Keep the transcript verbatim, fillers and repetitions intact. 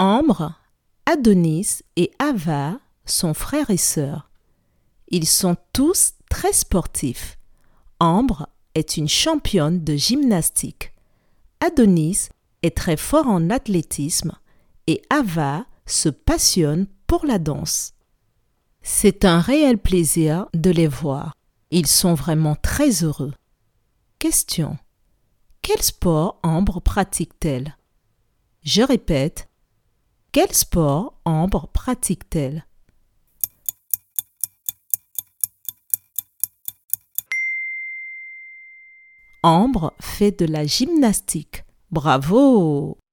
Ambre, Adonis et Ava sont frères et sœurs. Ils sont tous très sportifs. Ambre est une championne de gymnastique. Adonis est très fort en athlétisme et Ava se passionne pour la danse. C'est un réel plaisir de les voir. Ils sont vraiment très heureux. Question. Quel sport Ambre pratique-t-elle? Je répète. Quel sport Ambre pratique-t-elle? Ambre fait de la gymnastique. Bravo!